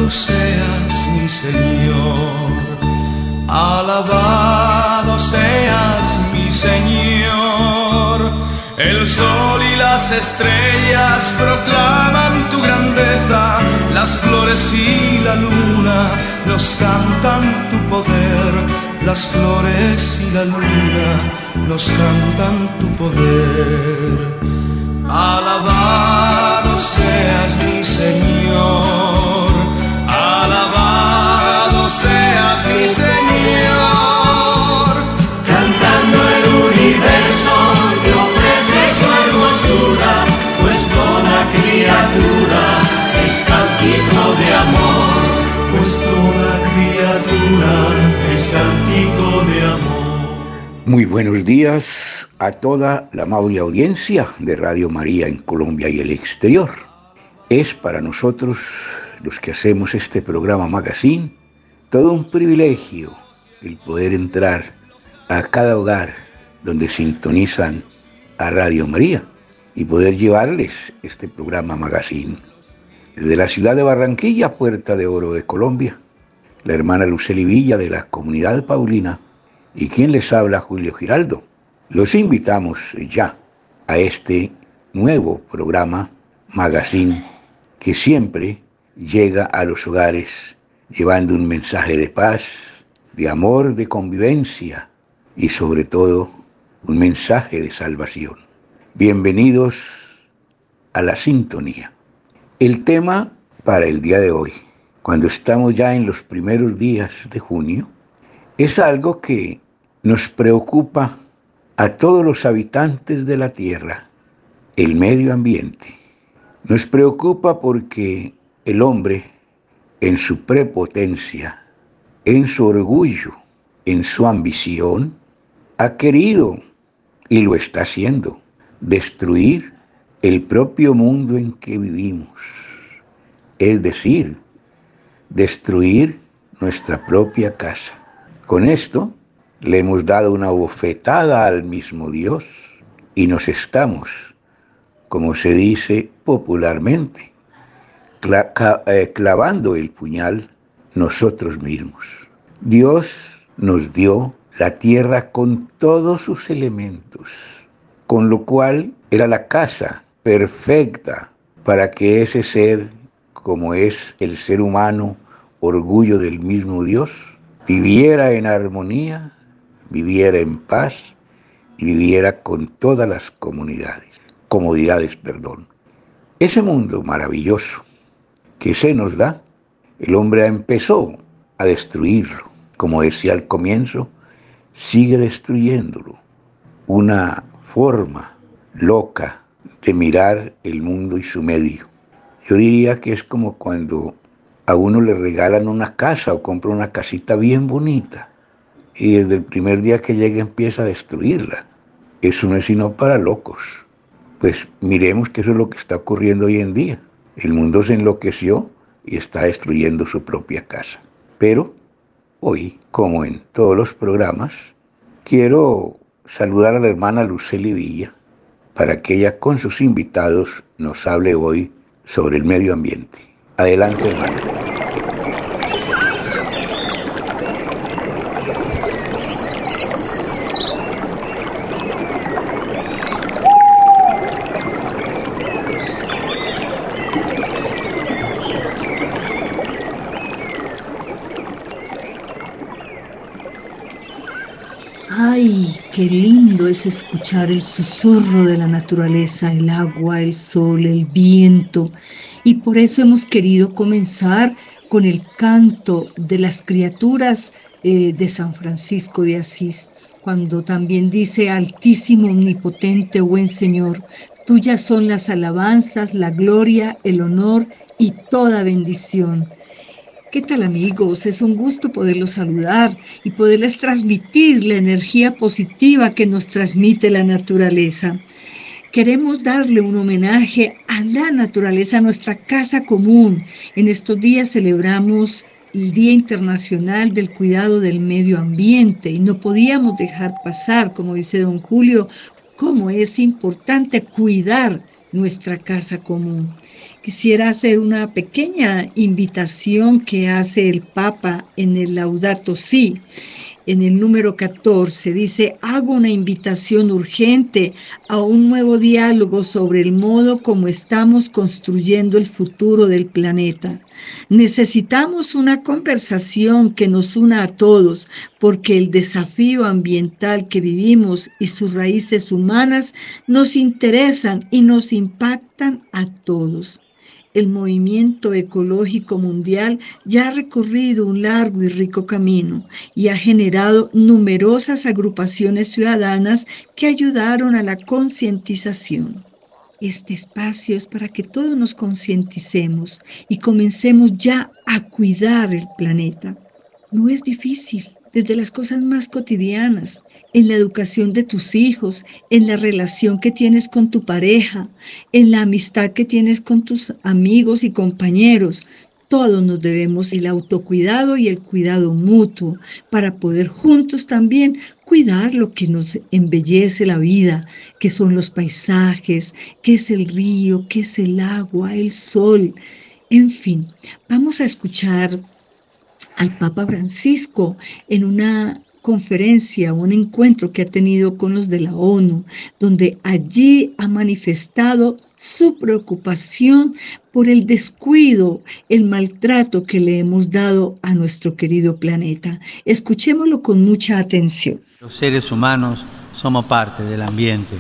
seas mi Señor, alabado seas mi Señor. El sol y las estrellas proclaman tu grandeza, las flores y la luna nos cantan tu poder, las flores y la luna nos cantan tu poder. Alabado seas mi Señor, alabado seas mi Señor. Cantando el universo te ofrece su hermosura, pues toda criatura es cántico de amor, pues toda criatura es cántico de amor. Muy buenos días a toda la amable audiencia de Radio María en Colombia y el exterior. Es para nosotros, los que hacemos este programa Magazine, todo un privilegio el poder entrar a cada hogar donde sintonizan a Radio María y poder llevarles este programa Magazine. Desde la ciudad de Barranquilla, Puerta de Oro de Colombia, la hermana Lucely Villa de la Comunidad Paulina y quien les habla, Julio Giraldo. Los invitamos ya a este nuevo programa Magazine que siempre llega a los hogares llevando un mensaje de paz, de amor, de convivencia y sobre todo un mensaje de salvación. Bienvenidos a la sintonía. El tema para el día de hoy, cuando estamos ya en los primeros días de junio, es algo que nos preocupa a todos los habitantes de la tierra, el medio ambiente. Nos preocupa porque el hombre, en su prepotencia, en su orgullo, en su ambición, ha querido, y lo está haciendo, destruir el propio mundo en que vivimos. Es decir, destruir nuestra propia casa. Con esto le hemos dado una bofetada al mismo Dios y nos estamos, como se dice popularmente, clavando el puñal nosotros mismos. Dios nos dio la tierra con todos sus elementos, con lo cual era la casa perfecta para que ese ser, como es el ser humano, orgullo del mismo Dios, viviera en armonía, viviera en paz y viviera con todas las comodidades. Ese mundo maravilloso que se nos da, el hombre empezó a destruirlo. Como decía al comienzo, sigue destruyéndolo. Una forma loca de mirar el mundo y su medio. Yo diría que es como cuando a uno le regalan una casa o compra una casita bien bonita y desde el primer día que llega empieza a destruirla. Eso no es sino para locos. Pues miremos que eso es lo que está ocurriendo hoy en día. El mundo se enloqueció y está destruyendo su propia casa. Pero hoy, como en todos los programas, quiero saludar a la hermana Lucely Villa para que ella con sus invitados nos hable hoy sobre el medio ambiente. Adelante, hermana. Ay, qué lindo es escuchar el susurro de la naturaleza, el agua, el sol, el viento. Y por eso hemos querido comenzar con el canto de las criaturas de San Francisco de Asís, cuando también dice: Altísimo, omnipotente, buen Señor, tuyas son las alabanzas, la gloria, el honor y toda bendición. ¿Qué tal, amigos? Es un gusto poderlos saludar y poderles transmitir la energía positiva que nos transmite la naturaleza. Queremos darle un homenaje a la naturaleza, a nuestra casa común. En estos días celebramos el Día Internacional del Cuidado del Medio Ambiente y no podíamos dejar pasar, como dice don Julio, cómo es importante cuidar nuestra casa común. Quisiera hacer una pequeña invitación que hace el Papa en el Laudato Si. En el número 14 dice: hago una invitación urgente a un nuevo diálogo sobre el modo como estamos construyendo el futuro del planeta. Necesitamos una conversación que nos una a todos, porque el desafío ambiental que vivimos y sus raíces humanas nos interesan y nos impactan a todos. El movimiento ecológico mundial ya ha recorrido un largo y rico camino y ha generado numerosas agrupaciones ciudadanas que ayudaron a la concientización. Este espacio es para que todos nos concienticemos y comencemos ya a cuidar el planeta. No es difícil, desde las cosas más cotidianas, en la educación de tus hijos, en la relación que tienes con tu pareja, en la amistad que tienes con tus amigos y compañeros. Todos nos debemos el autocuidado y el cuidado mutuo para poder juntos también cuidar lo que nos embellece la vida, que son los paisajes, que es el río, que es el agua, el sol. En fin, vamos a escuchar al Papa Francisco en una conferencia, un encuentro que ha tenido con los de la ONU, donde allí ha manifestado su preocupación por el descuido, el maltrato que le hemos dado a nuestro querido planeta. Escuchémoslo con mucha atención. Los seres humanos somos parte del ambiente.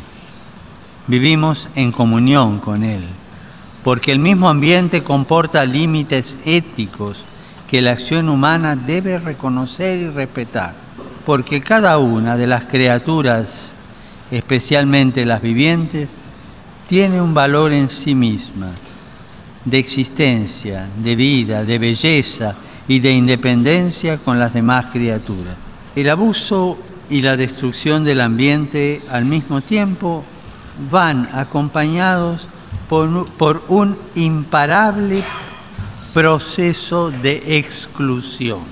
Vivimos en comunión con él, porque el mismo ambiente comporta límites éticos que la acción humana debe reconocer y respetar, porque cada una de las criaturas, especialmente las vivientes, tiene un valor en sí misma, de existencia, de vida, de belleza y de independencia con las demás criaturas. El abuso y la destrucción del ambiente al mismo tiempo van acompañados por un imparable proceso de exclusión.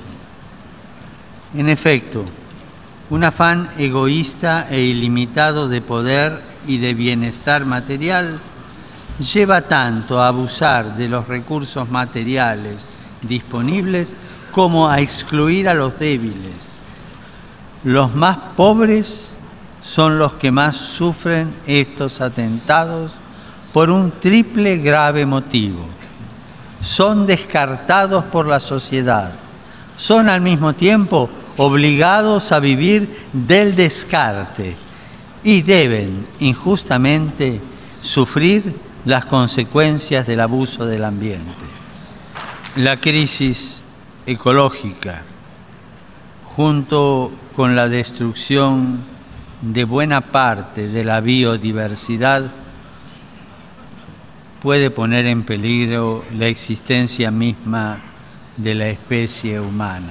En efecto, un afán egoísta e ilimitado de poder y de bienestar material lleva tanto a abusar de los recursos materiales disponibles como a excluir a los débiles. Los más pobres son los que más sufren estos atentados por un triple grave motivo. Son descartados por la sociedad, son al mismo tiempo obligados a vivir del descarte y deben injustamente sufrir las consecuencias del abuso del ambiente. La crisis ecológica, junto con la destrucción de buena parte de la biodiversidad, puede poner en peligro la existencia misma de la especie humana.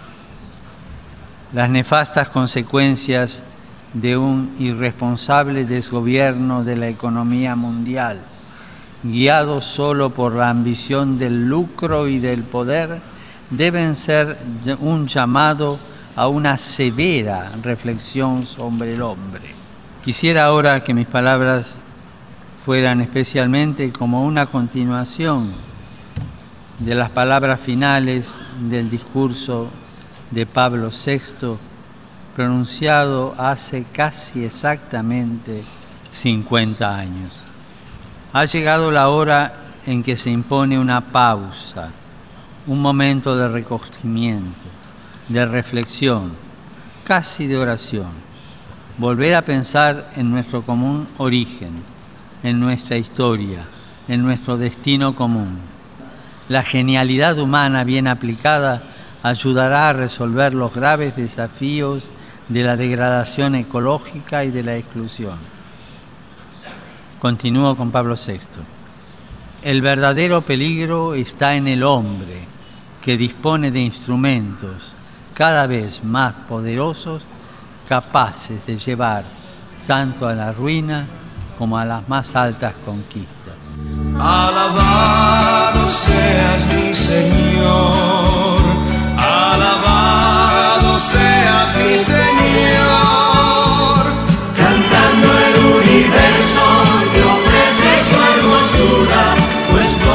Las nefastas consecuencias de un irresponsable desgobierno de la economía mundial, guiado solo por la ambición del lucro y del poder, deben ser un llamado a una severa reflexión sobre el hombre. Quisiera ahora que mis palabras fueran especialmente como una continuación de las palabras finales del discurso de Pablo VI, pronunciado hace casi exactamente 50 años. Ha llegado la hora en que se impone una pausa, un momento de recogimiento, de reflexión, casi de oración. Volver a pensar en nuestro común origen, en nuestra historia, en nuestro destino común. La genialidad humana bien aplicada ayudará a resolver los graves desafíos de la degradación ecológica y de la exclusión. Continúo con Pablo VI. El verdadero peligro está en el hombre, que dispone de instrumentos cada vez más poderosos, capaces de llevar tanto a la ruina como a las más altas conquistas. Alabado seas mi Señor, alabado seas mi Señor, cantando el universo que ofrece su hermosura, pues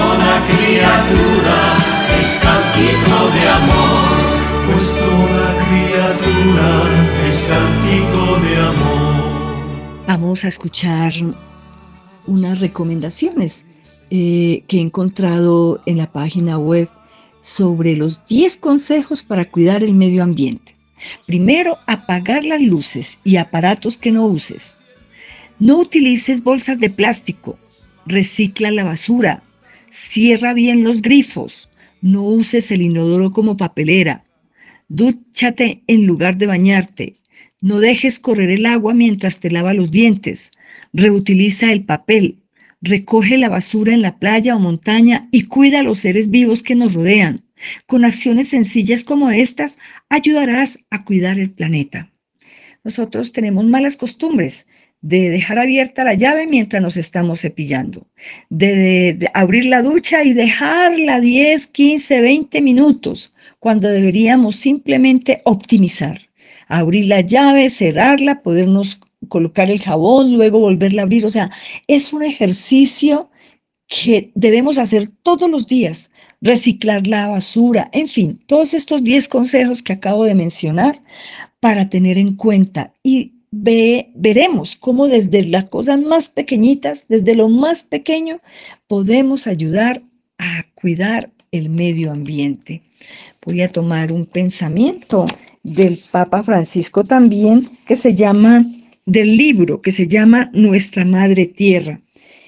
luna es cántico de amor. Vamos a escuchar unas recomendaciones que he encontrado en la página web sobre los 10 consejos para cuidar el medio ambiente. Primero, apagar las luces y aparatos que no uses. No utilices bolsas de plástico. Recicla la basura. Cierra bien los grifos. No uses el inodoro como papelera. Dúchate en lugar de bañarte. No dejes correr el agua mientras te lavas los dientes. Reutiliza el papel. Recoge la basura en la playa o montaña y cuida a los seres vivos que nos rodean. Con acciones sencillas como estas, ayudarás a cuidar el planeta. Nosotros tenemos malas costumbres de dejar abierta la llave mientras nos estamos cepillando, de abrir la ducha y dejarla 10, 15, 20 minutos, cuando deberíamos simplemente optimizar. Abrir la llave, cerrarla, podernos colocar el jabón, luego volverla a abrir. O sea, es un ejercicio que debemos hacer todos los días. Reciclar la basura, en fin, todos estos 10 consejos que acabo de mencionar para tener en cuenta, y veremos cómo desde las cosas más pequeñitas, desde lo más pequeño, podemos ayudar a cuidar el medio ambiente. Voy a tomar un pensamiento del Papa Francisco también, del libro que se llama Nuestra Madre Tierra.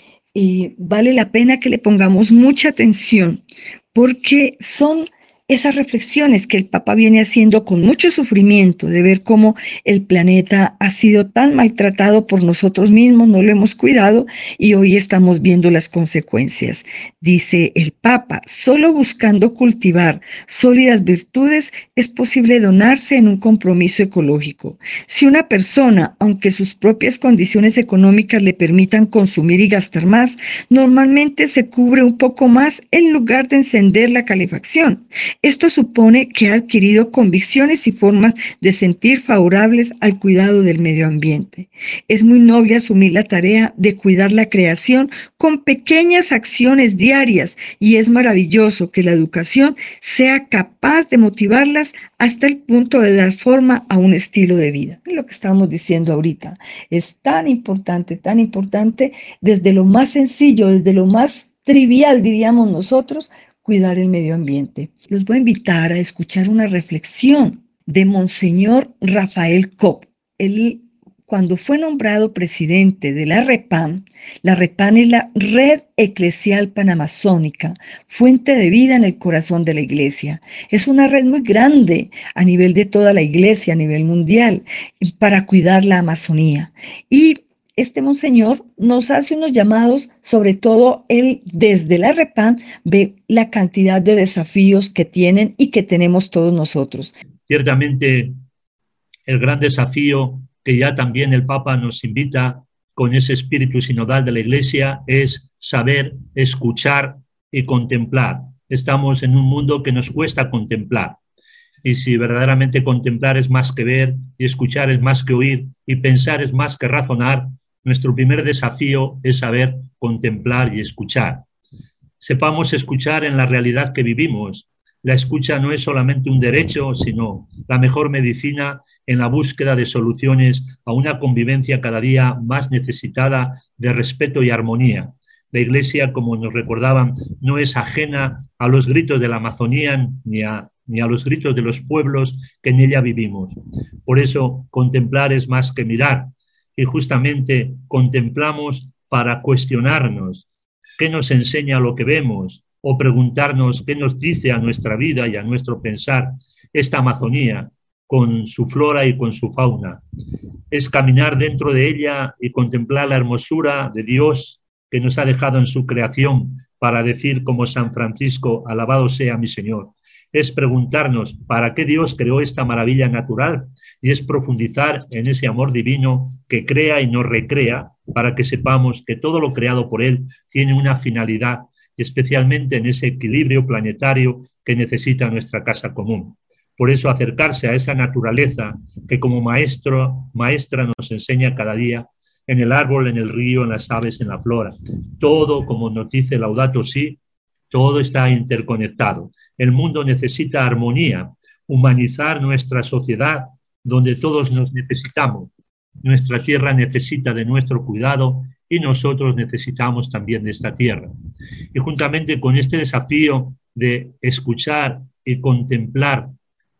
Vale la pena que le pongamos mucha atención, porque son esas reflexiones que el Papa viene haciendo con mucho sufrimiento, de ver cómo el planeta ha sido tan maltratado por nosotros mismos, no lo hemos cuidado y hoy estamos viendo las consecuencias. Dice el Papa, solo buscando cultivar sólidas virtudes es posible donarse en un compromiso ecológico. Si una persona, aunque sus propias condiciones económicas le permitan consumir y gastar más, normalmente se cubre un poco más en lugar de encender la calefacción. Esto supone que ha adquirido convicciones y formas de sentir favorables al cuidado del medio ambiente. Es muy noble asumir la tarea de cuidar la creación con pequeñas acciones diarias y es maravilloso que la educación sea capaz de motivarlas hasta el punto de dar forma a un estilo de vida. Es lo que estamos diciendo ahorita. Es tan importante desde lo más sencillo, desde lo más trivial, diríamos nosotros, cuidar el medio ambiente. Los voy a invitar a escuchar una reflexión de Monseñor Rafael Cobb. Él, cuando fue nombrado presidente de la REPAM es la Red Eclesial Panamazónica, fuente de vida en el corazón de la Iglesia. Es una red muy grande a nivel de toda la Iglesia, a nivel mundial, para cuidar la Amazonía. Y este monseñor nos hace unos llamados, sobre todo él desde la REPAM ve la cantidad de desafíos que tienen y que tenemos todos nosotros. Ciertamente el gran desafío que ya también el Papa nos invita con ese espíritu sinodal de la Iglesia es saber escuchar y contemplar. Estamos en un mundo que nos cuesta contemplar. Y si verdaderamente contemplar es más que ver y escuchar es más que oír y pensar es más que razonar, nuestro primer desafío es saber contemplar y escuchar. Sepamos escuchar en la realidad que vivimos. La escucha no es solamente un derecho, sino la mejor medicina en la búsqueda de soluciones a una convivencia cada día más necesitada de respeto y armonía. La Iglesia, como nos recordaban, no es ajena a los gritos de la Amazonía ni a los gritos de los pueblos que en ella vivimos. Por eso, contemplar es más que mirar. Y justamente contemplamos para cuestionarnos qué nos enseña lo que vemos o preguntarnos qué nos dice a nuestra vida y a nuestro pensar esta Amazonía con su flora y con su fauna. Es caminar dentro de ella y contemplar la hermosura de Dios que nos ha dejado en su creación para decir como San Francisco, alabado sea mi Señor. Es preguntarnos para qué Dios creó esta maravilla natural y es profundizar en ese amor divino que crea y nos recrea para que sepamos que todo lo creado por Él tiene una finalidad, especialmente en ese equilibrio planetario que necesita nuestra casa común. Por eso acercarse a esa naturaleza que como maestra nos enseña cada día, en el árbol, en el río, en las aves, en la flora. Todo, como nos dice Laudato Si, todo está interconectado. El mundo necesita armonía, humanizar nuestra sociedad, donde todos nos necesitamos. Nuestra tierra necesita de nuestro cuidado y nosotros necesitamos también de esta tierra. Y juntamente con este desafío de escuchar y contemplar,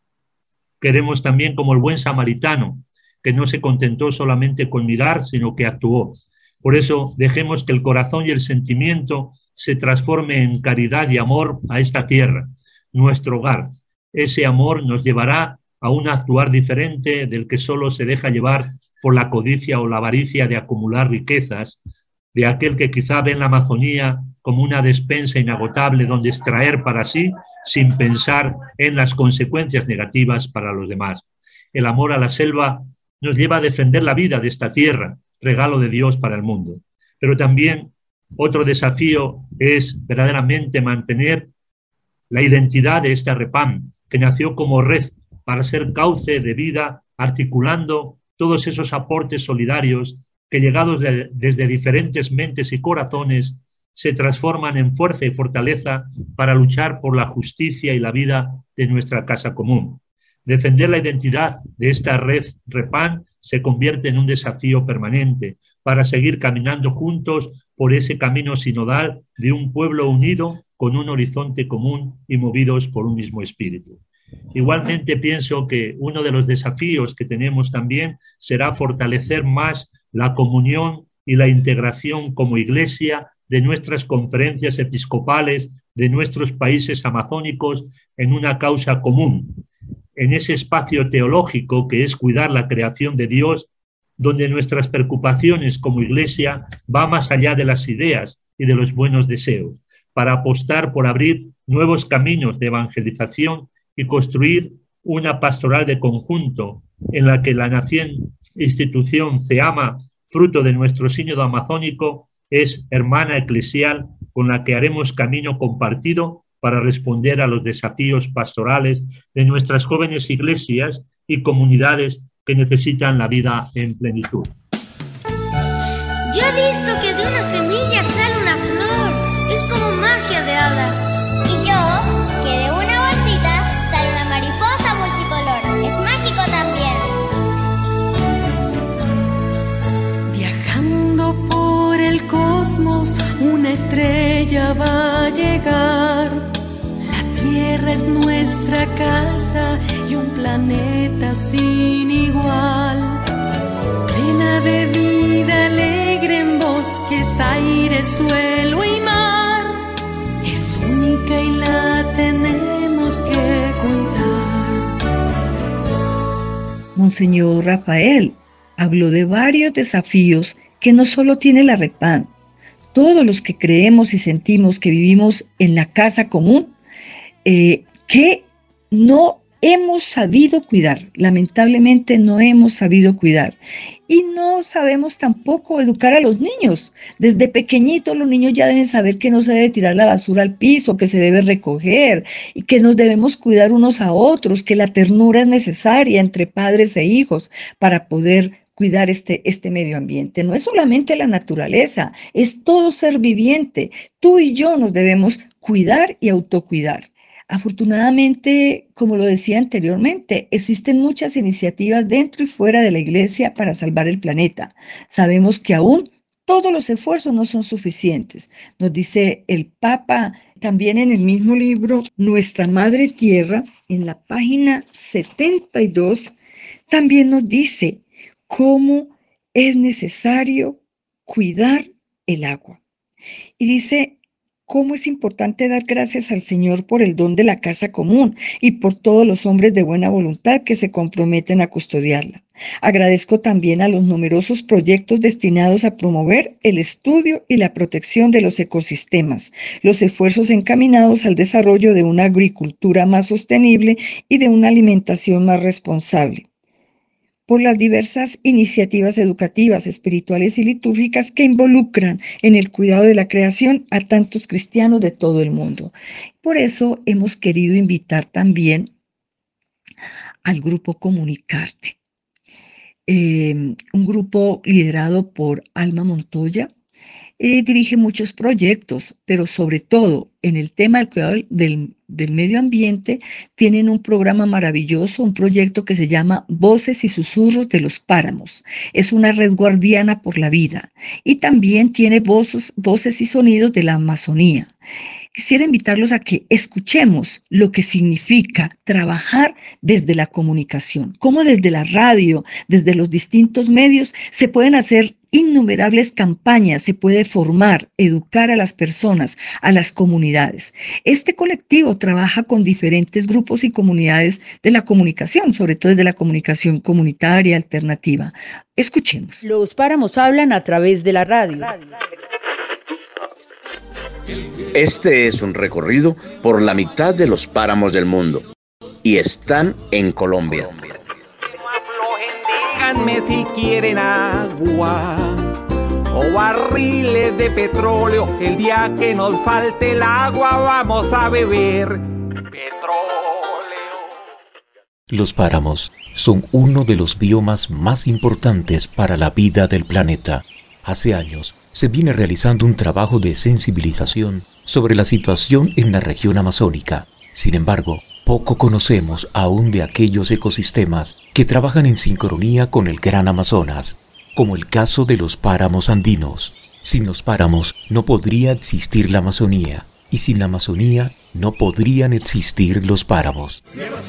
queremos también, como el buen samaritano, que no se contentó solamente con mirar, sino que actuó. Por eso dejemos que el corazón y el sentimiento se transforme en caridad y amor a esta tierra, nuestro hogar. Ese amor nos llevará a un actuar diferente del que solo se deja llevar por la codicia o la avaricia de acumular riquezas, de aquel que quizá ve en la Amazonía como una despensa inagotable donde extraer para sí sin pensar en las consecuencias negativas para los demás. El amor a la selva nos lleva a defender la vida de esta tierra, regalo de Dios para el mundo. Pero también otro desafío es verdaderamente mantener la identidad de esta Repam, que nació como red para ser cauce de vida, articulando todos esos aportes solidarios que, llegados desde diferentes mentes y corazones, se transforman en fuerza y fortaleza para luchar por la justicia y la vida de nuestra casa común. Defender la identidad de esta red Repam se convierte en un desafío permanente para seguir caminando juntos por ese camino sinodal de un pueblo unido con un horizonte común y movidos por un mismo espíritu. Igualmente pienso que uno de los desafíos que tenemos también será fortalecer más la comunión y la integración como Iglesia de nuestras conferencias episcopales, de nuestros países amazónicos en una causa común, en ese espacio teológico que es cuidar la creación de Dios, donde nuestras preocupaciones como Iglesia va más allá de las ideas y de los buenos deseos, para apostar por abrir nuevos caminos de evangelización y construir una pastoral de conjunto en la que la nación institución CEAMA, fruto de nuestro sínodo amazónico, es hermana eclesial con la que haremos camino compartido para responder a los desafíos pastorales de nuestras jóvenes iglesias y comunidades que necesitan la vida en plenitud. Yo he visto que de una semilla sale una flor. Es como magia de hadas. Y yo, que de una bolsita sale una mariposa multicolor. Es mágico también. Viajando por el cosmos, una estrella va a llegar. La Tierra es nuestra casa y un planeta sin igual. Plena de vida, alegre en bosques, aire, suelo y mar. Es única y la tenemos que cuidar. Monseñor Rafael habló de varios desafíos que no solo tiene la Repam. Todos los que creemos y sentimos que vivimos en la casa común, que no hemos sabido cuidar, lamentablemente no hemos sabido cuidar. Y no sabemos tampoco educar a los niños. Desde pequeñitos los niños ya deben saber que no se debe tirar la basura al piso, que se debe recoger y que nos debemos cuidar unos a otros, que la ternura es necesaria entre padres e hijos para poder cuidar este medio ambiente. No es solamente la naturaleza, es todo ser viviente. Tú y yo nos debemos cuidar y autocuidar. Afortunadamente, como lo decía anteriormente, existen muchas iniciativas dentro y fuera de la Iglesia para salvar el planeta. Sabemos que aún todos los esfuerzos no son suficientes. Nos dice el Papa también en el mismo libro, Nuestra Madre Tierra, en la página 72, también nos dice cómo es necesario cuidar el agua. Y dice cómo es importante dar gracias al Señor por el don de la casa común y por todos los hombres de buena voluntad que se comprometen a custodiarla. Agradezco también a los numerosos proyectos destinados a promover el estudio y la protección de los ecosistemas, los esfuerzos encaminados al desarrollo de una agricultura más sostenible y de una alimentación más responsable, por las diversas iniciativas educativas, espirituales y litúrgicas que involucran en el cuidado de la creación a tantos cristianos de todo el mundo. Por eso hemos querido invitar también al grupo Comunicarte, un grupo liderado por Alma Montoya, dirige muchos proyectos, pero sobre todo en el tema del cuidado del medio ambiente, tienen un programa maravilloso, un proyecto que se llama Voces y Susurros de los Páramos. Es una red guardiana por la vida y también tiene voces y sonidos de la Amazonía. Quisiera invitarlos a que escuchemos lo que significa trabajar desde la comunicación, cómo desde la radio, desde los distintos medios, se pueden hacer innumerables campañas, se puede formar, educar a las personas, a las comunidades. Este colectivo trabaja con diferentes grupos y comunidades de la comunicación, sobre todo desde la comunicación comunitaria alternativa. Escuchemos. Los páramos hablan a través de la radio. Este es un recorrido por la mitad de los páramos del mundo y están en Colombia. Díganme si quieren agua o barriles de petróleo. El día que nos falte el agua vamos a beber petróleo. Los páramos son uno de los biomas más importantes para la vida del planeta. Hace años se viene realizando un trabajo de sensibilización sobre la situación en la región amazónica. Sin embargo, poco conocemos aún de aquellos ecosistemas que trabajan en sincronía con el Gran Amazonas, como el caso de los páramos andinos. Sin los páramos no podría existir la Amazonía, y sin la Amazonía no podrían existir los páramos.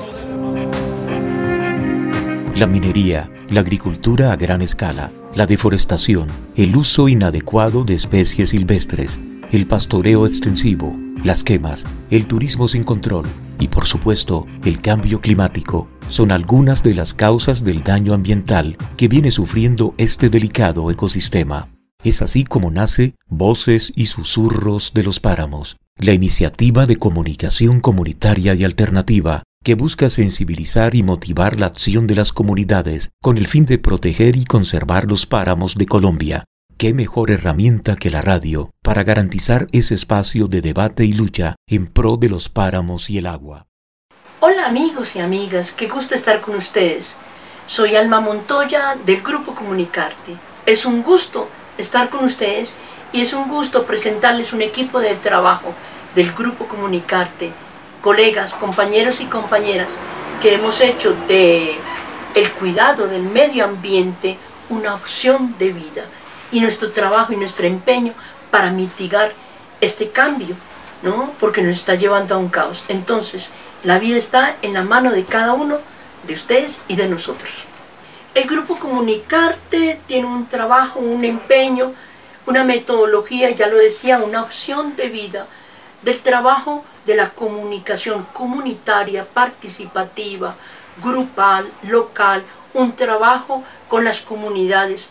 La minería, la agricultura a gran escala, la deforestación, el uso inadecuado de especies silvestres, el pastoreo extensivo, las quemas, el turismo sin control y, por supuesto, el cambio climático son algunas de las causas del daño ambiental que viene sufriendo este delicado ecosistema. Es así como nace Voces y Susurros de los Páramos, la iniciativa de comunicación comunitaria y alternativa que busca sensibilizar y motivar la acción de las comunidades con el fin de proteger y conservar los páramos de Colombia. ¿Qué mejor herramienta que la radio para garantizar ese espacio de debate y lucha en pro de los páramos y el agua? Hola amigos y amigas, qué gusto estar con ustedes. Soy Alma Montoya del Grupo Comunicarte. Es un gusto estar con ustedes y es un gusto presentarles un equipo de trabajo del Grupo Comunicarte, colegas, compañeros y compañeras que hemos hecho de el cuidado del medio ambiente una opción de vida y nuestro trabajo y nuestro empeño para mitigar este cambio, ¿no? Porque nos está llevando a un caos. Entonces, la vida está en la mano de cada uno de ustedes y de nosotros. El Grupo Comunicarte tiene un trabajo, un empeño, una metodología, ya lo decía, una opción de vida del trabajo de la comunicación comunitaria, participativa, grupal, local, un trabajo con las comunidades.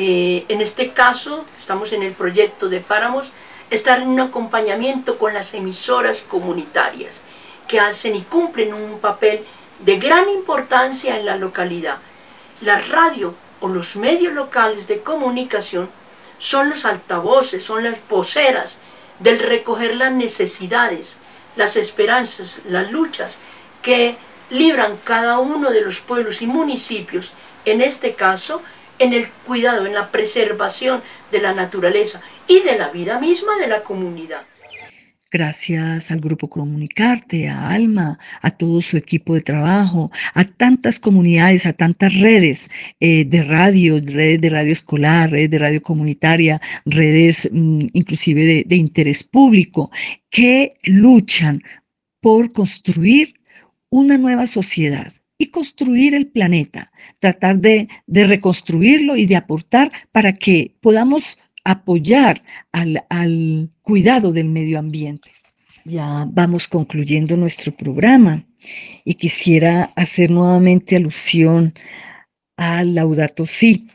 En este caso, estamos en el proyecto de Páramos, estar en un acompañamiento con las emisoras comunitarias que hacen y cumplen un papel de gran importancia en la localidad. La radio o los medios locales de comunicación son los altavoces, son las voceras del recoger las necesidades, las esperanzas, las luchas que libran cada uno de los pueblos y municipios, en este caso, en el cuidado, en la preservación de la naturaleza y de la vida misma de la comunidad. Gracias al Grupo Comunicarte, a Alma, a todo su equipo de trabajo, a tantas comunidades, a tantas redes de radio escolar, redes de radio comunitaria, redes inclusive de interés público, que luchan por construir una nueva sociedad y construir el planeta, tratar de reconstruirlo y de aportar para que podamos apoyar al cuidado del medio ambiente. Ya vamos concluyendo nuestro programa y quisiera hacer nuevamente alusión a Laudato Si,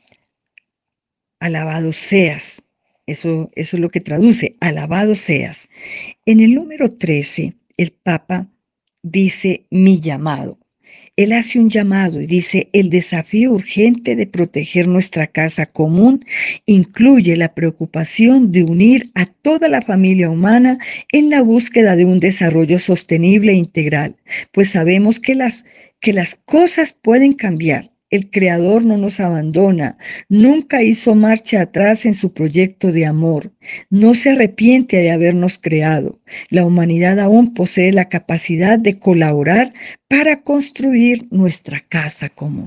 alabado seas. Eso es lo que traduce, alabado seas. En el número 13, el Papa dice mi llamado. Él hace un llamado y dice, el desafío urgente de proteger nuestra casa común incluye la preocupación de unir a toda la familia humana en la búsqueda de un desarrollo sostenible e integral, pues sabemos que las cosas pueden cambiar el Creador no nos abandona, nunca hizo marcha atrás en su proyecto de amor, no se arrepiente de habernos creado. La humanidad aún posee la capacidad de colaborar para construir nuestra casa común.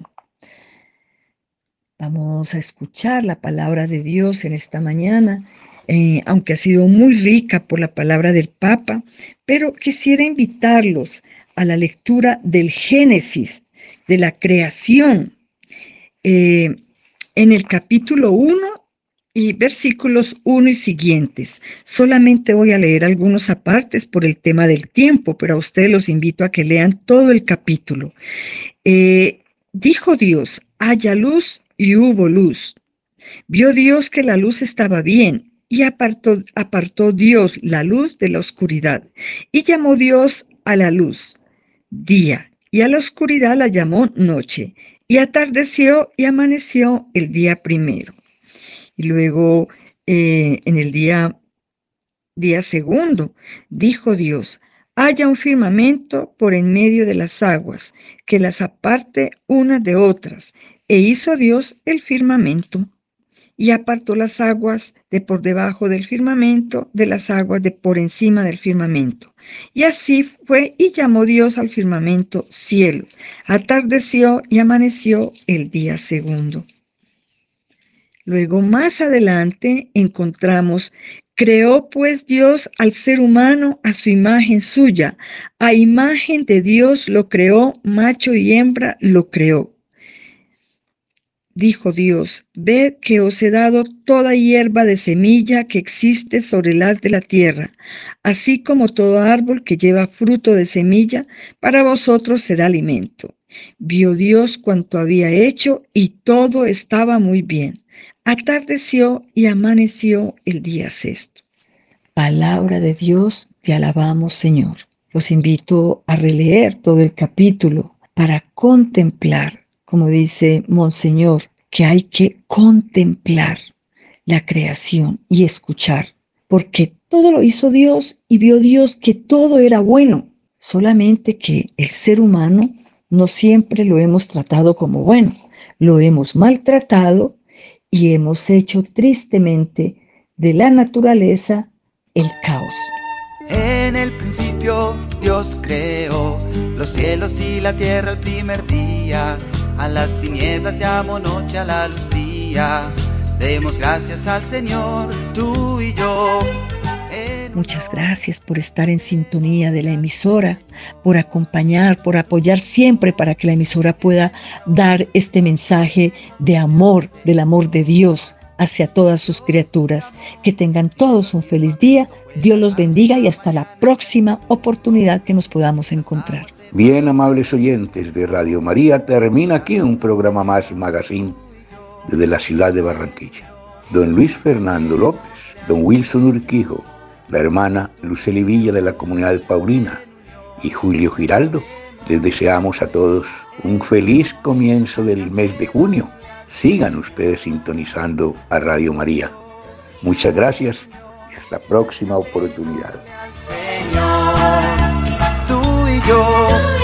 Vamos a escuchar la palabra de Dios en esta mañana, aunque ha sido muy rica por la palabra del Papa, pero quisiera invitarlos a la lectura del Génesis, de la creación, en el capítulo 1 y versículos 1 y siguientes. Solamente voy a leer algunos apartes por el tema del tiempo, pero a ustedes los invito a que lean todo el capítulo. Dijo Dios, haya luz, y hubo luz. Vio Dios que la luz estaba bien, y apartó Dios la luz de la oscuridad. Y llamó Dios a la luz día, y a la oscuridad la llamó noche. Y atardeció y amaneció el día primero. Y luego en el día segundo, dijo Dios, haya un firmamento por en medio de las aguas, que las aparte unas de otras. E hizo Dios el firmamento, y apartó las aguas de por debajo del firmamento de las aguas de por encima del firmamento. Y así fue, y llamó Dios al firmamento cielo. Atardeció y amaneció el día segundo. Luego, más adelante, encontramos, creó pues Dios al ser humano a su imagen suya. A imagen de Dios lo creó, macho y hembra lo creó. Dijo Dios, ved que os he dado toda hierba de semilla que existe sobre el haz de la tierra, así como todo árbol que lleva fruto de semilla, para vosotros será alimento. Vio Dios cuanto había hecho, y todo estaba muy bien. Atardeció y amaneció el día sexto. Palabra de Dios, te alabamos, Señor. Los invito a releer todo el capítulo para contemplar, como dice Monseñor, que hay que contemplar la creación y escuchar, porque todo lo hizo Dios y vio Dios que todo era bueno, solamente que el ser humano no siempre lo hemos tratado como bueno, lo hemos maltratado y hemos hecho tristemente de la naturaleza el caos. En el principio Dios creó los cielos y la tierra el primer día. A las tinieblas llamó noche, a la luz día. Demos gracias al Señor, tú y yo. Muchas gracias por estar en sintonía de la emisora, por acompañar, por apoyar siempre para que la emisora pueda dar este mensaje de amor, del amor de Dios hacia todas sus criaturas. Que tengan todos un feliz día, Dios los bendiga y hasta la próxima oportunidad que nos podamos encontrar. Bien, amables oyentes de Radio María, termina aquí un programa más Magazine desde la ciudad de Barranquilla. Don Luis Fernando López, don Wilson Urquijo, la hermana Lucely Villa de la Comunidad Paulina y Julio Giraldo, les deseamos a todos un feliz comienzo del mes de junio. Sigan ustedes sintonizando a Radio María. Muchas gracias y hasta la próxima oportunidad. Señor, tú y yo.